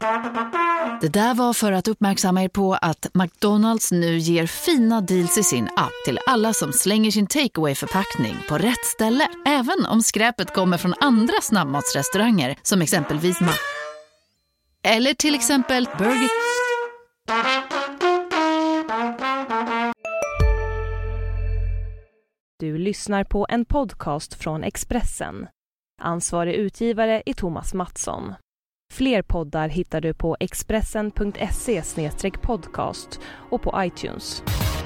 Det där var för att uppmärksamma er på att McDonald's nu ger fina deals i sin app till alla som slänger sin takeaway-förpackning på rätt ställe. Även om skräpet kommer från andra snabbmatsrestauranger som exempelvis eller till exempel Burger. Du lyssnar på en podcast från Expressen. Ansvarig utgivare är Thomas Mattsson. Fler poddar hittar du på expressen.se/podcast och på iTunes.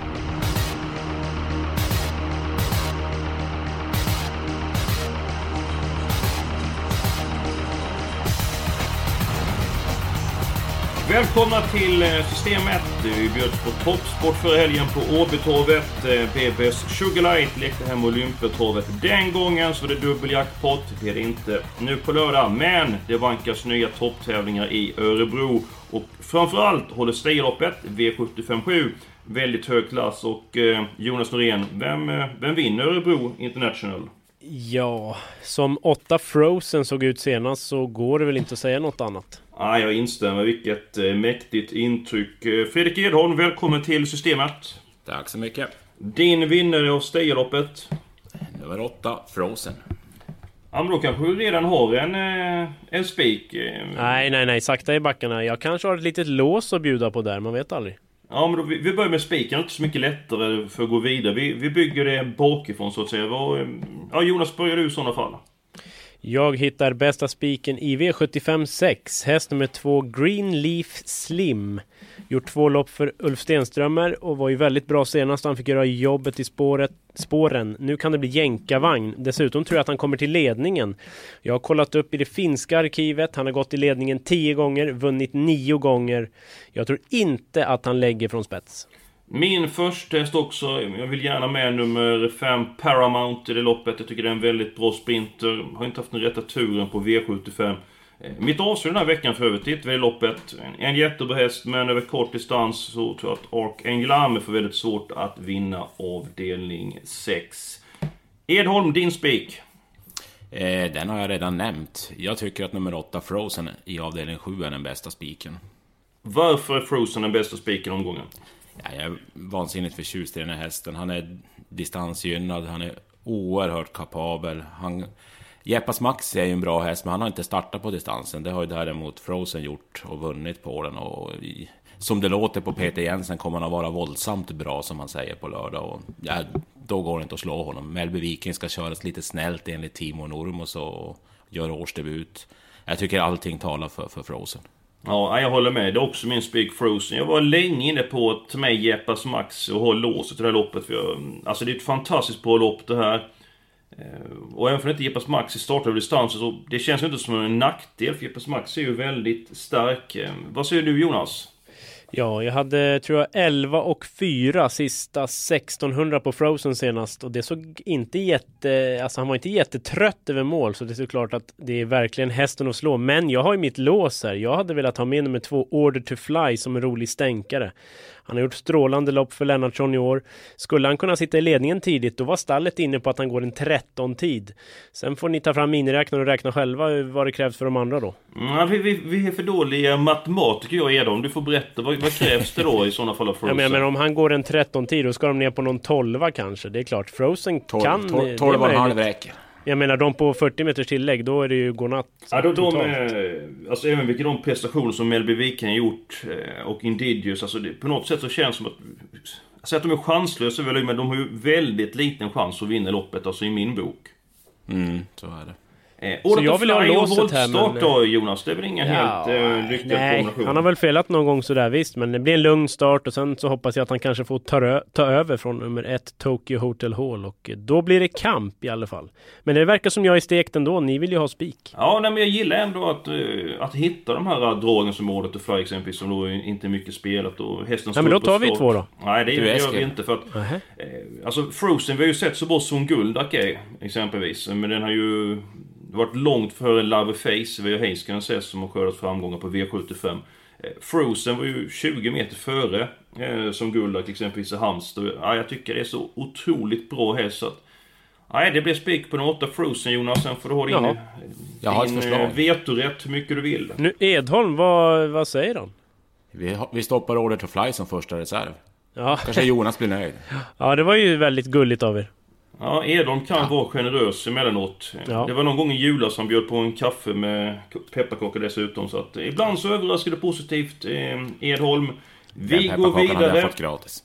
Välkomna till Systemet. Vi bjöds på toppsport för helgen på Åbytorvet. BB's Sugarlight lekte hem Olympiatorvet. Den gången så var det dubbeljackpot. Det är det inte nu på lördag. Men det vankas nya topptävlingar i Örebro. Och framförallt håller Stejloppet V75-7 väldigt hög klass. Och Jonas Norén, vem vinner Örebro International? Ja, som 8 Frozen såg ut senast så går det väl inte att säga något annat. Ja, jag instämmer. Vilket mäktigt intryck. Fredrik Edholm, välkommen till Systemet. Tack så mycket. Din vinnare av Stejloppet? Nummer 8, Frozen. Ja, men då kanske du redan har en spik. Nej, sakta i backarna. Jag kanske har ett litet lås att bjuda på där, man vet aldrig. Ja, men då, vi börjar med spiken. Det är inte så mycket lättare för att gå vidare. Vi bygger det bakifrån så att säga. Ja, Jonas, börjar du i sådana fall? Jag hittar bästa spiken i V75-6. Häst nummer 2, Green Leaf Slim. Gjort 2 lopp för Ulf Stenströmer och var ju väldigt bra senast. Han fick göra jobbet i spåren. Nu kan det bli jänkarvagn. Dessutom tror jag att han kommer till ledningen. Jag har kollat upp i det finska arkivet. Han har gått i ledningen 10 gånger, vunnit 9 gånger. Jag tror inte att han lägger från spets. Min första häst också, jag vill gärna med nummer 5 Paramount i det loppet. Jag tycker det är en väldigt bra sprinter. Har inte haft den rätta turen på V75. Mitt avslut den här veckan för övrigt i det loppet. En jättebra häst, men över kort distans så tror jag att Archangel Army får väldigt svårt att vinna avdelning 6. Edholm, din spik? Den har jag redan nämnt. Jag tycker att nummer 8 Frozen i avdelning 7 är den bästa spiken. Varför är Frozen den bästa spiken omgången? Ja, jag är vansinnigt förtjust i den här hästen. Han är distansgynnad, han är oerhört kapabel. Jeppas Max är ju en bra häst, men han har inte startat på distansen. Det har ju däremot Frozen gjort och vunnit på den. Och som det låter på Peter Jensen kommer han att vara våldsamt bra, som han säger på lördag. Och ja, då går det inte att slå honom. Melby Viking ska köras lite snällt enligt Timo Nurmos och gör årsdebut. Jag tycker allting talar för Frozen. Ja, jag håller med. Det är också min spik Frozen. Jag var länge inne på att ta med Jeppas Max och ha låset till det här loppet. Alltså det är ett fantastiskt bra lopp det här. Och även för att inte Jeppas Max i start av distansen så det känns ju inte som en nackdel. För Jeppas Max är ju väldigt stark. Vad säger du, Jonas? Ja, jag hade tror jag 11 och 4 sista 1600 på Frozen senast och det såg inte han var inte jättetrött över mål, så det är såklart att det är verkligen hästen att slå. Men jag har ju mitt lås här. Jag hade velat ha med nummer 2 Order to Fly som en rolig stänkare. Han har gjort strålande lopp för Lennartsson i år. Skulle han kunna sitta i ledningen tidigt, då var stallet inne på att han går en 13-tid. Sen får ni ta fram miniräknaren och räkna själva vad det krävs för de andra då. Ja, vi är för dåliga matematiker, jag är dem. Du får berätta, vad krävs det då i sådana fall av Frozen? Ja, men om han går en 13-tid, då ska de ner på någon 12 kanske. Det är klart, Frozen 12,5 räcker. Jag menar, de på 40 meters tillägg, då är det ju godnatt. Ja, alltså även vilka de prestationer som Melby Viking har gjort och Indidius, alltså det, på något sätt så känns det som att de är chanslösa, men de har ju väldigt liten chans att vinna loppet, alltså i min bok. Så är det. Så jag vill ha låset här, men då, Jonas, det är väl inga helt lyckade kombinationer. Han har väl felat någon gång sådär visst, men det blir en lugn start och sen så hoppas jag att han kanske får ta över från nummer 1 Tokyo Hotel Hall och då blir det kamp i alla fall. Men det verkar som jag är stekt ändå, ni vill ju ha spik. Ja, men jag gillar ändå att hitta de här dragen som Order to Fly exempelvis, som då inte är mycket spelat och hästen står. Men då tar vi 2 då. Nej, det gör vi inte för att alltså Frozen, vi har ju sett så bra som Guldak exempelvis, men den har ju varit långt före Love Face. Vi har Hayskan ses som har skördat framgångar på V75. Frozen var ju 20 meter före som Guldak exempelvis i Halmstad. Ja, jag tycker det är så otroligt bra häst. Nej, det blir spik på den 8 Frozen, Jonas. Sen får du ha din vetorätt hur mycket du vill. Nu Edholm, vad säger han? Vi stoppar Order to Fly som första reserv. Ja. Kanske Jonas blir nöjd. Ja, det var ju väldigt gulligt av er. Ja, Edholm kan vara generös emellanåt. Ja. Det var någon gång i julas som bjöd på en kaffe med pepparkakor dessutom. Så att ibland så överraskar det positivt, Edholm. Vi går vidare. Hade jag fått gratis.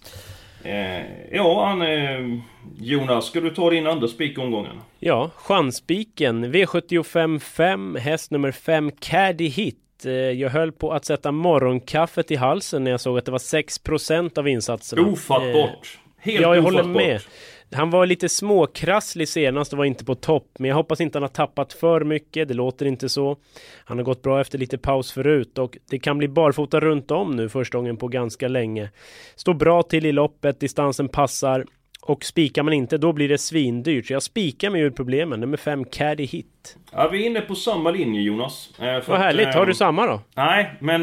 Jonas, ska du ta din andra spik-omgången? Ja, chansspiken V75 5, häst nummer 5, Caddy Hit. Jag höll på att sätta morgonkaffet i halsen när jag såg att det var 6% av insatserna. Ofattbart. Helt jag ofattbart. håller med. Han var lite småkrasslig senast och var inte på topp. Men jag hoppas inte han har tappat för mycket. Det låter inte så. Han har gått bra efter lite paus förut. Och det kan bli barfota runt om nu första gången på ganska länge. Står bra till i loppet. Distansen passar. Och spikar man inte, då blir det svindyrt. Så jag spikar mig ur problemen. Nummer 5, Caddy Hit. Ja, vi är inne på samma linje, Jonas. Vad härligt. Har du samma då? Nej, men...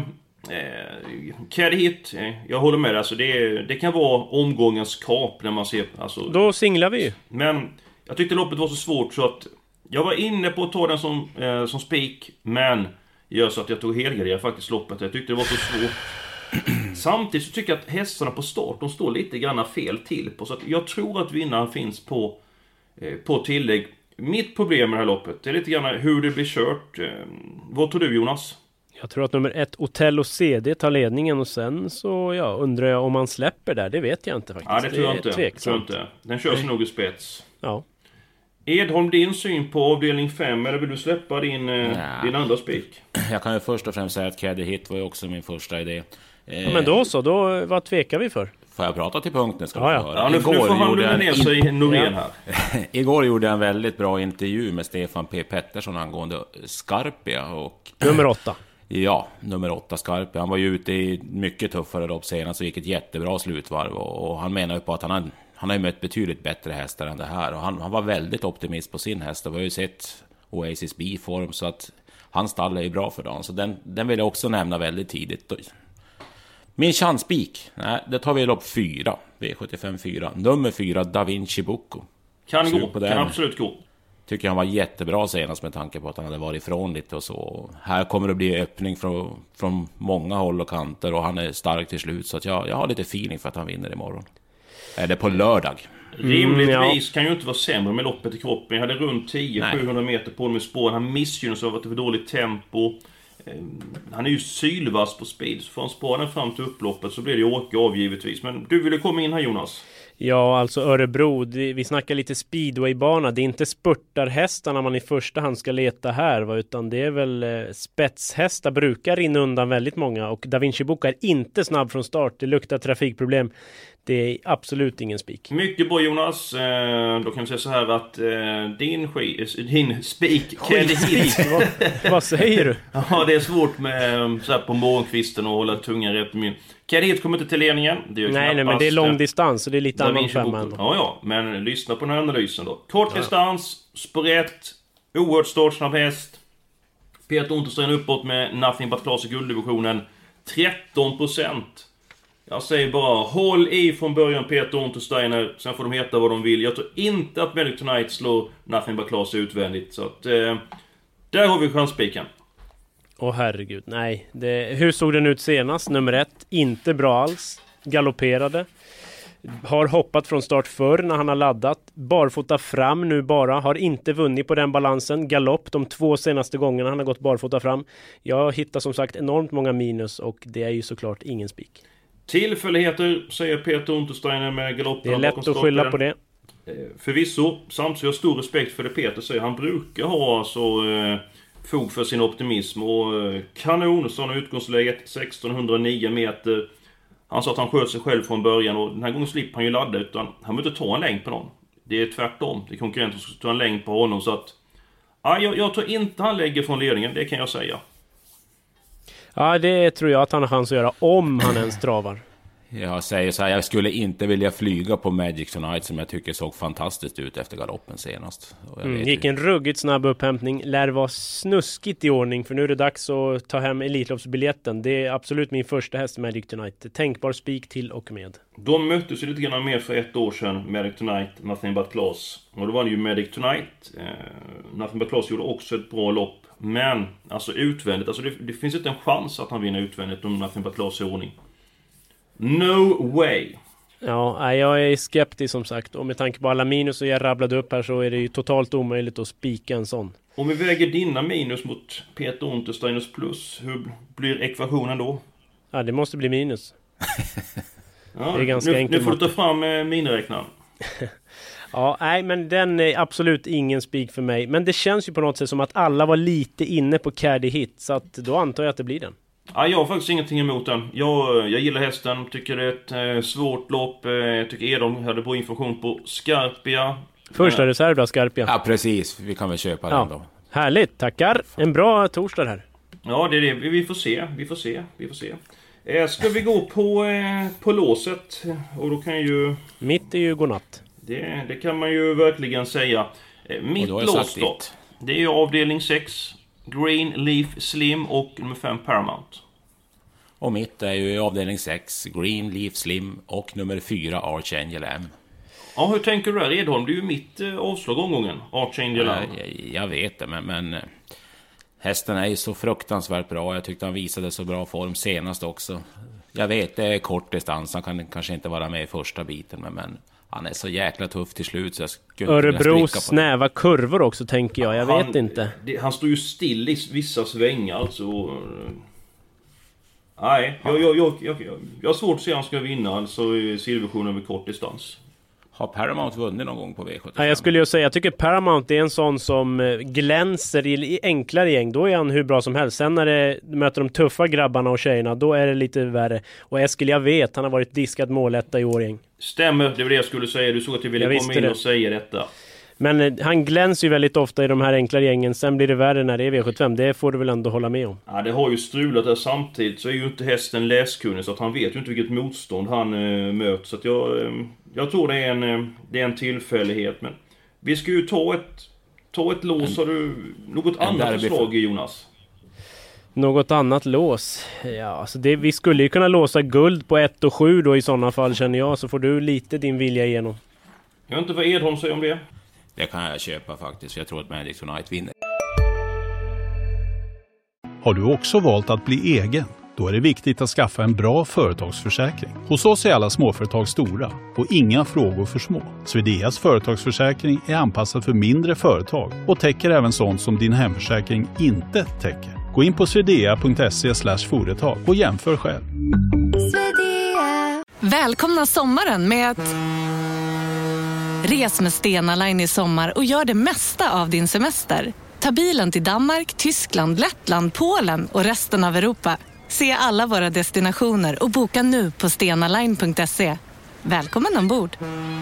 Caddy Hit, jag håller med. Alltså det kan vara omgångens kap när man ser... Alltså, då singlar vi ju. Men jag tyckte loppet var så svårt så att jag var inne på att ta den som spik. Men gör så att jag tog helgardera faktiskt loppet. Jag tyckte det var så svårt. Samtidigt så tycker jag att hästarna på start, de står lite grann fel till på. Så att jag tror att vinnaren finns på tillägg. Mitt problem med det här loppet, det är lite grann hur det blir kört. Vad tror du, Jonas? Jag tror att nummer 1, Otello CD, tar ledningen och sen så undrar jag om han släpper där. Det vet jag inte faktiskt. Ja, det tror jag inte. Den körs nog i spets. Ja. Edholm, din syn på avdelning 5, eller vill du släppa din andra spik? Jag kan ju först och främst säga att Caddy Hit var ju också min första idé. Ja, men vad tvekar vi för? Får jag prata till punkten? Ja, nu får han lugna ner sig Norén här. Igår gjorde jag en väldigt bra intervju med Stefan P. Pettersson angående Scarpia och... Nummer 8. Ja, nummer 8 Scarpia. Han var ju ute i mycket tuffare lopp senast och gick ett jättebra slutvarv. Och han menar ju på att han har ju mött betydligt bättre hästar än det här. Och han var väldigt optimist på sin häst. Och vi har ju sett Oasis B-form, så att hans stall är ju bra för dagen. Så den vill jag också nämna väldigt tidigt. Min chanspik, det tar vi i lopp 4, V75 4. Nummer 4, Da Vinci Bucco. Kan absolut gå. Tycker han var jättebra senast med tanke på att han hade varit ifrån lite och så. Här kommer det bli öppning från många håll och kanter och han är stark till slut. Så att jag har lite feeling för att han vinner imorgon. Eller på lördag. Rimligtvis kan ju inte vara sämre med loppet i kroppen. Jag hade runt 10-700 meter på med spår. Han missgynnas av att det var dåligt tempo. Han är ju sylvass på speed. Så får han spåra den fram till upploppet så blir det åka av givetvis. Men du ville komma in här, Jonas. Ja, alltså Örebro, vi snackar lite speedwaybana. Det är inte spurtarhästarna man i första hand ska leta här, utan det är väl spetshästar brukar rinna undan väldigt många. Och Da Vinci Bucco är inte snabb från start. Det luktar trafikproblem. Det är absolut ingen spik. Mycket bra, Jonas. Då kan vi säga så här att din spik... Vad säger du? Ja, det är svårt med så här på morgonkvisten och hålla tungan rätt i min. Caddy Hit kommer inte till ledningen. Nej, men det är lång distans så det är lite annan femma ändå. Ja, men lyssna på den här analysen då. Kort distans, sprätt, oerhört startsnabb häst. Peter Untersteiner uppåt med Nothing But Class i gulddivisionen. 13%. Jag säger bara, håll i från början Peter Untersteiner. Sen får de heta vad de vill. Jag tror inte att Medic Tonight slår Nothing But Class utvändigt. Så att, där har vi chanspiken. Herregud, nej. Hur såg den ut senast? Nummer 1, inte bra alls. Galopperade. Har hoppat från start förr när han har laddat. Barfota fram nu bara. Har inte vunnit på den balansen. Galopp de 2 senaste gångerna han har gått barfota fram. Jag hittar som sagt enormt många minus och det är ju såklart ingen spik. Tillfälligheter, säger Peter Untersteiner med galoppen. Det är lätt att skylla på det. Förvisso, samtidigt har jag stor respekt för det Peter säger. Han brukar ha fog för sin optimism. Och kanon, sådana utgångsläget 1609 meter. Han sa att han sköt sig själv från början. Och den här gången slipper han ju ladda, utan han vill inte ta en längd på någon. Det är tvärtom. Det är konkurrenter som ska ta en längd på honom. Så att jag tror inte han lägger från ledningen, det kan jag säga. Ja, det tror jag att han har chans att göra om han ens travar. Jag säger så här, jag skulle inte vilja flyga på Magic Tonight som jag tycker såg fantastiskt ut efter galoppen senast. Gick en ruggigt snabb upphämtning. Lär vara snuskigt i ordning, för nu är det dags att ta hem Elitloppsbiljetten. Det är absolut min första häst Magic Tonight. Tänkbar spik till och med. De möttes ju lite grann mer för 1 år sedan, Magic Tonight, Nothing But Class. Och då var det ju Magic Tonight. Nothing But Class gjorde också ett bra lopp. Men, alltså utvändigt, alltså det finns inte en chans att han vinner utvändigt om Nothing But Class i ordning. No way! Ja, jag är skeptisk som sagt. Och med tanke på alla minus och jag rabblade upp här så är det ju totalt omöjligt att spika en sån. Om vi väger dina minus mot Peter Untersteiners plus, hur blir ekvationen då? Ja, det måste bli minus. Ja, det är ganska enkelt. Nu får du ta fram miniräknaren. Ja, nej, men den är absolut ingen spik för mig. Men det känns ju på något sätt som att alla var lite inne på Caddy Hit. Så att då antar jag att det blir den. Ja, jag har faktiskt ingenting emot den. Jag gillar hästen, tycker det är ett svårt lopp. Jag tycker Edholm hade bra information på Scarpia. Första reserv då, Scarpia. Ja, precis. Vi kan väl köpa den då. Härligt, tackar. En bra torsdag här. Ja, det är det. Vi får se. Ska vi gå på låset? Och då kan ju... Mitt är ju godnatt. Det kan man ju verkligen säga. Mitt lås då. Det är avdelning 6. Green Leaf Slim och nummer 5 Paramount. Och mitt är ju avdelning 6. Green Leaf Slim och nummer 4 Archangel M. Ja, hur tänker du där, Edholm? Det är ju mitt avslag omgången. Archangel M. Jag vet det, men hästen är ju så fruktansvärt bra. Jag tyckte han visade så bra form senast också. Jag vet, det är kort distans. Han kan kanske inte vara med i första biten, men han är så jäkla tuff till slut så jag skulle Örebros snäva kurvor också, tänker jag. Jag vet inte. Han står ju still i vissa svängar, alltså. Nej, jag har svårt att se att han ska vinna, alltså i silverversionen med kort distans. Har Paramount vunnit någon gång på V75? Ja, jag skulle ju säga, jag tycker Paramount är en sån som glänser i enklare gäng. Då är han hur bra som helst. Sen när det möter de tuffa grabbarna och tjejerna, då är det lite värre. Och Eskil, jag vet, han har varit diskad måletta i årgäng. Stämmer, det var det jag skulle säga. Du såg att jag ville komma in och säga detta. Men han glänser ju väldigt ofta i de här enklare gängen. Sen blir det värre när det är V75. Det får du väl ändå hålla med om. Ja, det har ju strulat där samtidigt. Så är ju inte hästen läskunnig, så att han vet ju inte vilket motstånd han möter. Så att jag tror det är en tillfällighet. Men vi ska ju ta ett lås. Har du något annat förslag, Jonas? Något annat lås? Ja, alltså vi skulle ju kunna låsa guld på 1 och 7 då i sådana fall, känner jag. Så får du lite din vilja igenom. Jag vet inte vad Edholm säger om det. Det kan jag köpa faktiskt. Jag tror att Magic Tonight vinner. Har du också valt att bli egen? Då är det viktigt att skaffa en bra företagsförsäkring. Hos oss är alla småföretag stora och inga frågor för små. Swedeas företagsförsäkring är anpassad för mindre företag och täcker även sånt som din hemförsäkring inte täcker. Gå in på swedea.se/företag och jämför själv. Välkomna sommaren med att... Res med Stena Line i sommar och gör det mesta av din semester. Ta bilen till Danmark, Tyskland, Lettland, Polen och resten av Europa. Se alla våra destinationer och boka nu på stenaline.se. Välkommen ombord!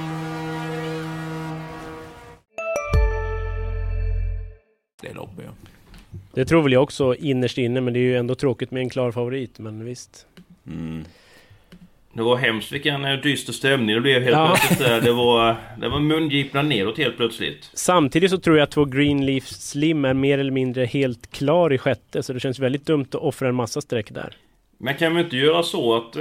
Det tror väl jag också innerst inne, men det är ju ändå tråkigt med en klar favorit, men visst. Det var hemskt, vilken dyster stämning det blev helt plötsligt där. Det var mungipna neråt helt plötsligt. Samtidigt så tror jag att 2 Green Leaf Slim är mer eller mindre helt klar i sjätte, så det känns väldigt dumt att offra en massa streck där. Men kan vi inte göra så att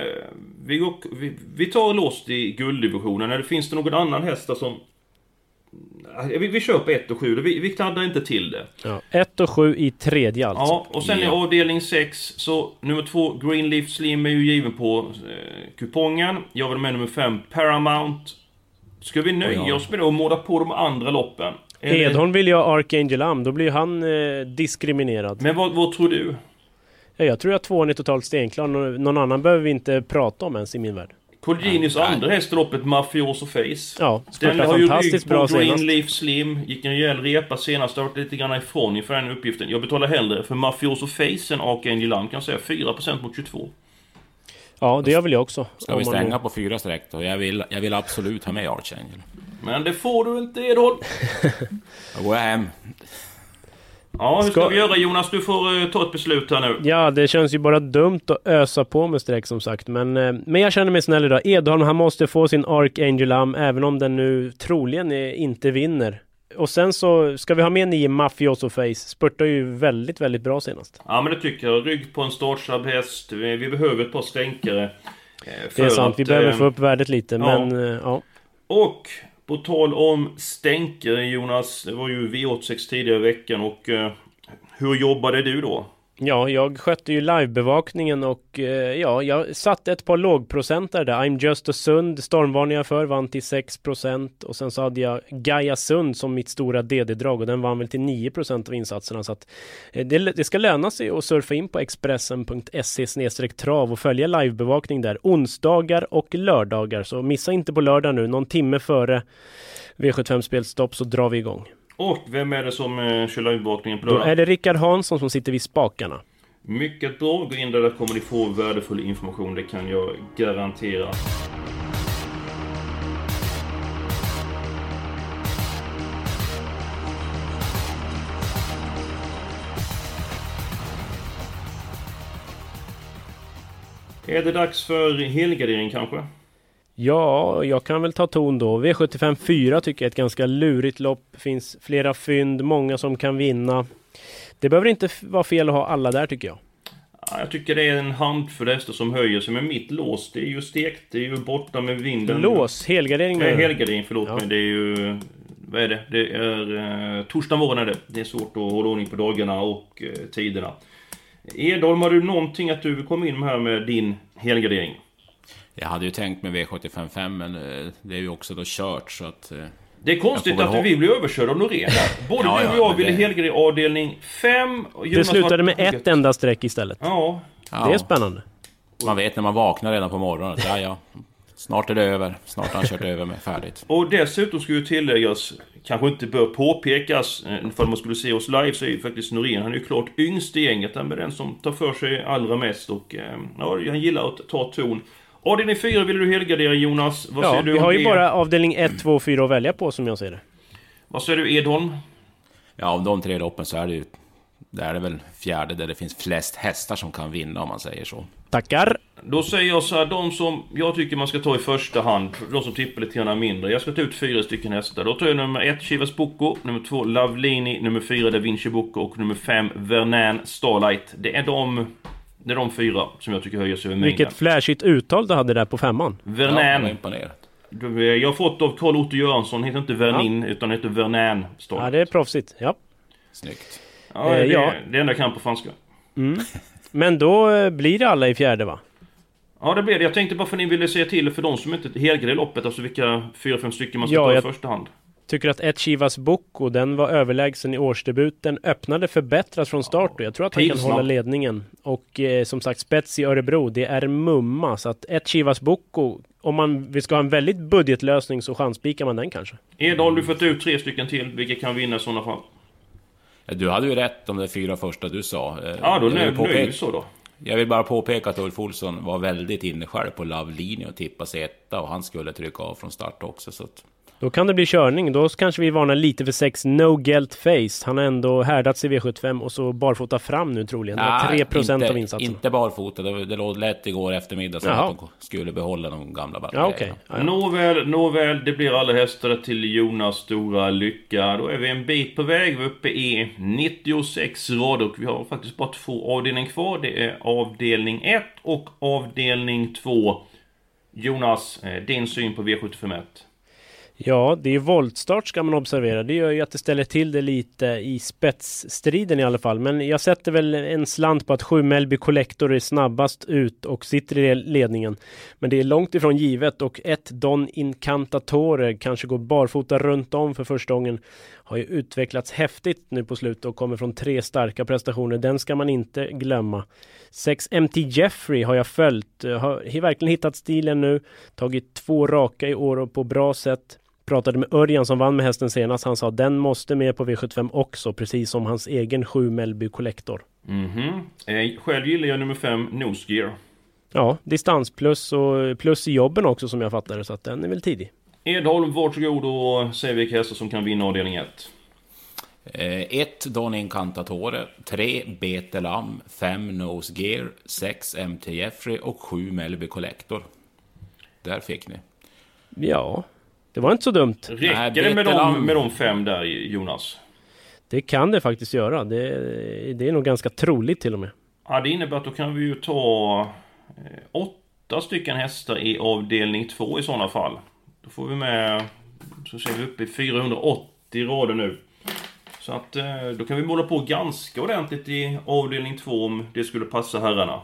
vi tar låst i gulddivisionen, eller finns det någon annan hästar som... Vi köper 1 och 7, vi kladdar inte till det. Ja, 1 och 7 i tredje alltså. Ja, och sen i avdelning 6 så nummer 2 Green Leaf Slim är ju given på kupongen. Jag vill med nummer 5 Paramount. Ska vi nöja oss med det och måla på de andra loppen? Edholm vill ju ha Archangel Am, då blir han diskriminerad. Men vad tror du? Ja, jag tror att 2 är totalt stenklar. Någon annan behöver vi inte prata om ens i min värld. Colginis andra häst i loppet, Mafioso Face. Ja, den har ju fantastiskt bra Green senast. Leaf Slim gick en rejäl repa senast, har varit lite grann ifrån inför den uppgiften. Jag betalar hellre för Mafioso Face än Archangel Land, kan säga 4% mot 22. Ja, det gör väl jag också. Ska vi stänga på 4 streck då? Jag vill absolut ha med Archangel. Men det får du inte, Edholm. Jag går hem. Ja, hur ska vi göra, Jonas? Du får ta ett beslut här nu. Ja, det känns ju bara dumt att ösa på med streck som sagt. Men jag känner mig snäll idag. Edholm, han måste få sin Archangel Am, även om den nu troligen inte vinner. Och sen så ska vi ha med 9 Mafioso Face. Spurtar ju väldigt, väldigt bra senast. Ja, men det tycker jag. Rygg på en startsnabb häst. Vi behöver ett par stänkare. Det är sant, vi behöver få upp värdet lite. Men, ja. Och på tal om stänkare, Jonas. Det var ju V86 tidigare i veckan. Och hur jobbade du då? Ja, jag skötte ju livebevakningen och jag satte ett par lågprocentare där. I'm Just a Sund, stormvarningar för, vann till 6%. Och sen så hade jag Gaia Sund som mitt stora DD-drag och den vann väl till 9% av insatserna. Så att det ska löna sig att surfa in på expressen.se/trav och följa livebevakning där. Onsdagar och lördagar, så missa inte på lördag nu. Någon timme före V75-spelstopp så drar vi igång. Och vem är det som kör livebevakningen på lördag? Då är det Rickard Hansson som sitter vid spakarna. Mycket bra, gå in där kommer ni få värdefull information, det kan jag garantera. Är det dags för helgardering kanske? Ja, jag kan väl ta ton då. V75 4 tycker jag är ett ganska lurigt lopp. Finns flera fynd, många som kan vinna. Det behöver inte vara fel att ha alla där tycker jag. Ja, jag tycker det är en handfull hästar som höjer sig. Men mitt lås, det är ju stekt. Det är ju borta med vinden. Lås? Helgardering? Nej, helgardering, förlåt mig. Det är ju... Vad är det? Det är torsdag morgon är det. Det är svårt att hålla ordning på dagarna och tiderna. Edholm, har du någonting att du vill komma in här med din helgardering? Jag hade ju tänkt med V75 men det är ju också då kört så att... Det är konstigt att vi blir överkörda av Norén. Både du och jag ville helgardering avdelning 5. Det slutade med ett enda streck istället. Ja. Det är spännande. Man vet när man vaknar redan på morgonen. Ja. Snart är det över. Snart har han kört över med färdigt. Och dessutom skulle ju tilläggas, kanske inte bör påpekas, för man skulle se oss live så är ju faktiskt Norén, han är ju klart yngst i gänget, med den som tar för sig allra mest och han gillar att ta ton. Avdelning 4 vill du helgardera, Jonas. Vad säger du? Vi har ju bara avdelning 1, 2 och 4 att välja på som jag ser det. Vad säger du, Edholm? Ja, av de 3 loppen så är det ju... Det är det väl fjärde där det finns flest hästar som kan vinna om man säger så. Tackar! Då säger jag så här, de som jag tycker man ska ta i första hand, de som tippar lite grann mindre. Jag ska ta ut 4 stycken hästar. Då tar jag nummer 1 Chivas Bocco, nummer 2 Lavlini, nummer 4 Da Vinci Bocco och nummer 5 Vernan Starlight. Det är de 4 som jag tycker höjer sig över mängden. Vilket flashigt uttal du hade där på 5an. Vernan. Ja, imponerat. Jag har fått av Carl Otto Göransson, heter inte Vernin utan heter Vernan Starlight. Ja, det är proffsigt. Ja. Snyggt. Ja, det enda kan på franska. Men då blir det alla i fjärde, va? Ja, det blir det. Jag tänkte bara för ni ville säga till för de som inte helgade loppet, alltså vilka 4-5 stycken man ska ta i första hand. Tycker att ett Chivas Bocco, den var överlägsen i årsdebuten, öppnade förbättrat från start och jag tror att han kan hålla ledningen. Och som sagt, spets i Örebro, det är mumma, så att ett Chivas Bocco, om vi ska ha en väldigt budgetlösning så chanspikar man den kanske. Edholm, du fått ut 3 stycken till, vilka kan vinna i sådana fall? Du hade ju rätt om de 4 första du sa. Ja, då nöjer vi så då. Jag vill bara påpeka att Ulf Olsson var väldigt inne själv på Lavlini och tippa sig etta och han skulle trycka av från start också. Så att... Då kan det bli körning. Då kanske vi varnar lite för 6 No Gelt Face. Han har ändå härdat sig i V75 och så barfota fram nu troligen. Det var 3% av insatsen. Inte barfota. Det låg lätt igår eftermiddag så att de skulle behålla de gamla ja, okay. Nåväl, det blir alla hästar till Jonas stora lycka. Då är vi en bit på väg. Vi är uppe i 96 rader och vi har faktiskt bara 2 avdelningar kvar. Det är avdelning 1 och avdelning 2. Jonas, din syn på V75-1? Ja, det är voltstart ska man observera. Det gör ju att det ställer till det lite i spetsstriden i alla fall. Men jag sätter väl en slant på att 7 Melby Collector är snabbast ut och sitter i ledningen. Men det är långt ifrån givet och ett Don Incantatore kanske går barfota runt om för första gången. Har ju utvecklats häftigt nu på slutet och kommer från 3 starka prestationer. Den ska man inte glömma. 6 MT Jeffrey har jag följt. Har verkligen hittat stilen nu. Tagit 2 raka i år och på bra sätt. Pratade med Örjan som vann med hästen senast. Han sa att den måste med på V75 också. Precis som hans egen 7 Melby Collector. Själv gillar jag nummer 5 Nose Gear. Ja, distans plus i jobben också som jag fattade. Så att den är väl tidig. Edholm, varsågod och säg vilka hästar som kan vinna avdelning 1. 1 Don Incantatore, 3 Betelam, 5 Nose Gear, 6 MT Jeffrey och 7 Melby Collector. Där fick ni. Ja, det var inte så dumt. Räcker det med de 5 där, Jonas? Det kan det faktiskt göra. Det är nog ganska troligt till och med. Ja, det innebär att då kan vi ju ta 8 stycken hästar i avdelning 2 i sådana fall. Då får vi med, så ser vi uppe i 480 rader nu. Så att då kan vi måla på ganska ordentligt i avdelning 2 om det skulle passa herrarna.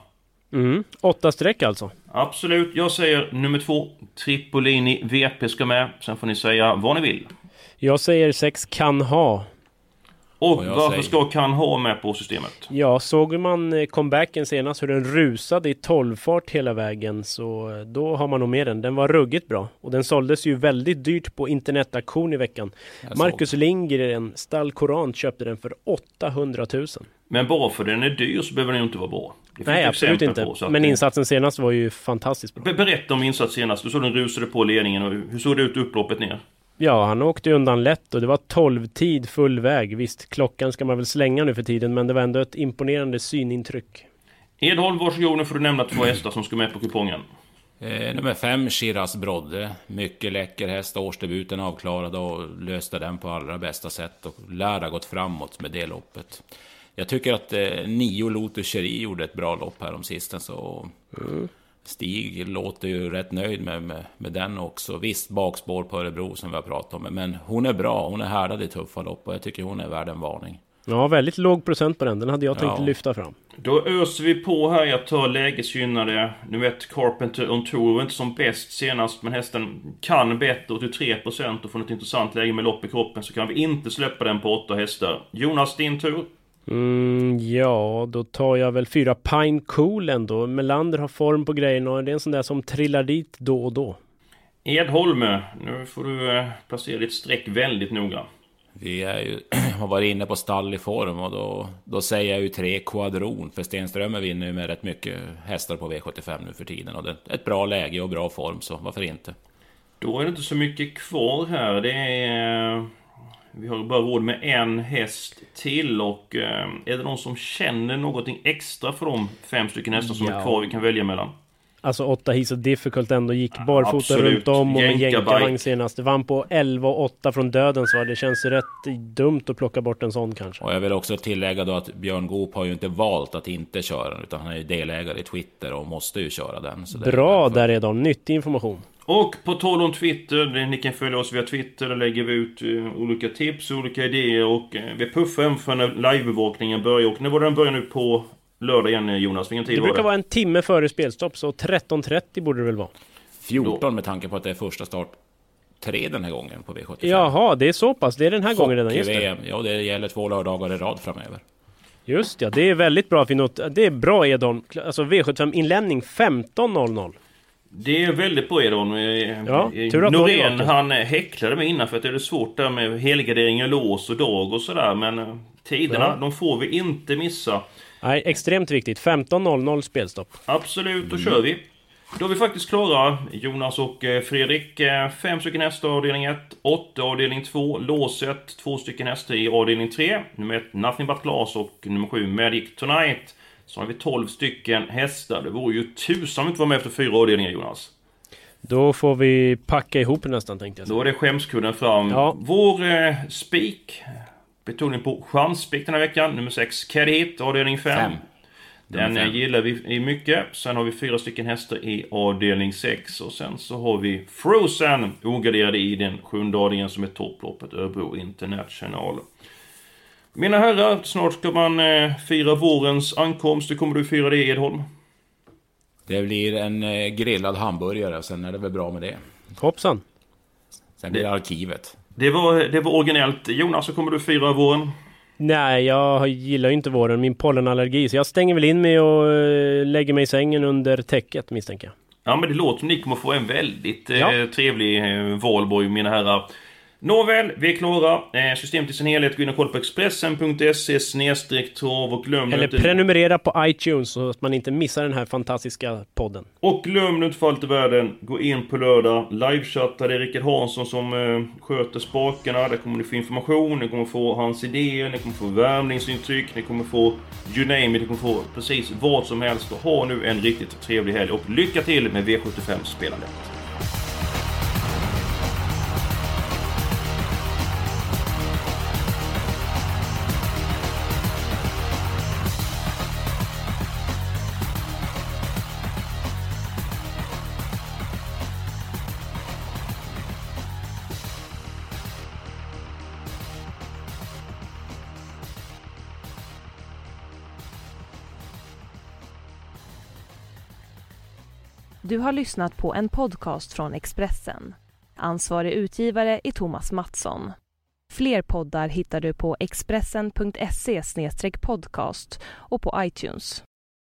8 streck alltså. Absolut, jag säger nummer 2 Tripolini VP ska med. Sen får ni säga vad ni vill. Jag säger 6 kan ha. Och varför ska kan ha med på systemet? Ja, såg man comebacken senast hur den rusade i 12-fart hela vägen, så då har man nog med den. Den var ruggigt bra. Och den såldes ju väldigt dyrt på internetaktion i veckan. Marcus Lindgren, Stall Courant, köpte den för 800 000. Men bara för den är dyr så behöver den ju inte vara bra. Nej, absolut inte. Men insatsen senast var ju fantastiskt bra. Berätta om insats senast. Du såg den rusade på ledningen. Och hur såg det ut upploppet ner? Ja, han åkte undan lätt och det var 12-tid full väg. Visst, klockan ska man väl slänga nu för tiden, men det var ändå ett imponerande synintryck. Edholm, varsågod, nu får du nämna 2 hästar som ska med på kupongen. Nummer 5, Shiraz Brodde. Mycket läcker häst, årsdebuten avklarad och löste den på allra bästa sätt och lärde gått framåt med det loppet. Jag tycker att 9 Lotus Cherie gjorde ett bra lopp här om sisten, så Stig låter ju rätt nöjd med den också. Visst, bakspår på Örebro som vi har pratat om, men hon är bra, hon är härdad i tuffa lopp och jag tycker hon är värd en varning. Ja, väldigt låg procent på den hade jag tänkt lyfta fram. Då öser vi på här, jag tar lägesgynnade. Nu vet Carpenter on Tour var inte som bäst senast, men hästen kan bättre, 83% och får ett intressant läge med lopp i kroppen, så kan vi inte släppa den på 8 hästar. Jonas, din tur. Ja, då tar jag väl 4 Pine Cool ändå. Melander har form på grejerna och det är en sån där som trillar dit då och då. Edholm, nu får du placera ditt streck väldigt noga. Vi har varit inne på stall i form och då säger jag ju 3 Quadron, för Stenströmer vinner ju med rätt mycket hästar på V75 nu för tiden och det är ett bra läge och bra form, så varför inte? Då är det inte så mycket kvar här. Vi har bara råd med en häst till, och är det någon som känner någonting extra för de 5 stycken hästar som är kvar vi kan välja mellan? Alltså 8 He's So Difficult ändå gick barfota runt om och med jänkarvagn senast. Det vann på 11,8 från dödens, va? Det känns rätt dumt att plocka bort en sån kanske. Och jag vill också tillägga då att Björn Goop har ju inte valt att inte köra den, utan han är ju delägare i Twitter och måste ju köra den. Så bra där är de, nyttig information. Och på tal om Twitter, ni kan följa oss via Twitter, där lägger vi ut olika tips, olika idéer, och vi puffar för när livebevakningen börjar. Och när var den börjar nu på lördag igen, Jonas? Vilken tid det var det? Brukar vara en timme före spelstopp, så 13:30 borde det väl vara. 14 med tanke på att det är första start 3 den här gången på V75. Jaha, det är så pass, det är den här gången redan, just det. Ja, det gäller 2 lördagar i rad framöver. Just ja, det är väldigt bra. Det är bra, Edholm. Alltså V75 inlämning 15:00. Det är väldigt bra, Edholm. Norén, han häcklade mig innan för att det är svårt där med helgardering och lås och dag och sådär. Men tiderna, de får vi inte missa. Nej, extremt viktigt. 15:00 spelstopp. Absolut, då kör vi. Då är vi faktiskt klara, Jonas och Fredrik. 5 stycken hästar avdelning 1, 8 avdelning 2, låset 2 stycken hästar i avdelning 3. Nummer 1 Nothing But Glass och nummer 7 Magic Tonight. Så har vi 12 stycken hästar. Det vore ju tusan om vi inte var med efter 4 avdelningar, Jonas. Då får vi packa ihop nästan, tänkte jag. Då är det skämskudden fram. Ja. Vår spik, betoning på chansspik den här veckan. Nummer 6 Caddy Hit, avdelning 5. Den gillar vi mycket. Sen har vi 4 stycken hästar i avdelning 6. Och sen så har vi Frozen, ograderade i den 7:e avdelningen som är topploppet, Örebro International. Mina herrar, snart ska man fira vårens ankomst. Hur kommer du fira det, Edholm? Det blir en grillad hamburgare, sen är det väl bra med det. Hoppsan. Sen blir det arkivet. Det var originellt. Jonas, hur kommer du fira våren? Nej, jag gillar ju inte våren. Min pollenallergi. Så jag stänger väl in mig och lägger mig i sängen under täcket, misstänker jag. Ja, men det låter som ni kommer få en väldigt trevlig valborg, mina herrar. Nåväl, vi är klara. Systemet i sin helhet, gå in och kolla på expressen.se/trav och glöm eller inte... prenumerera på iTunes så att man inte missar den här fantastiska podden. Och glöm inte för allt i världen, gå in på lördag, livechatta, det är Rickard Hansson som sköter spakarna. Där kommer ni få information, ni kommer få hans idéer, ni kommer få värmningsintryck, ni kommer få you name it, ni kommer få precis vad som helst. Och ha nu en riktigt trevlig helg och lycka till med V75-spelandet. Du har lyssnat på en podcast från Expressen. Ansvarig utgivare är Thomas Mattsson. Fler poddar hittar du på expressen.se/podcast och på iTunes.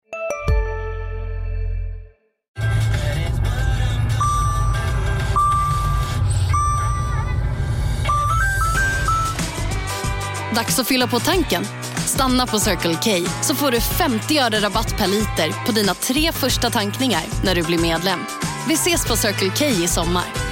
Dags att fylla på tanken. Stanna på Circle K så får du 50 öre rabatt per liter på dina 3 första tankningar när du blir medlem. Vi ses på Circle K i sommar.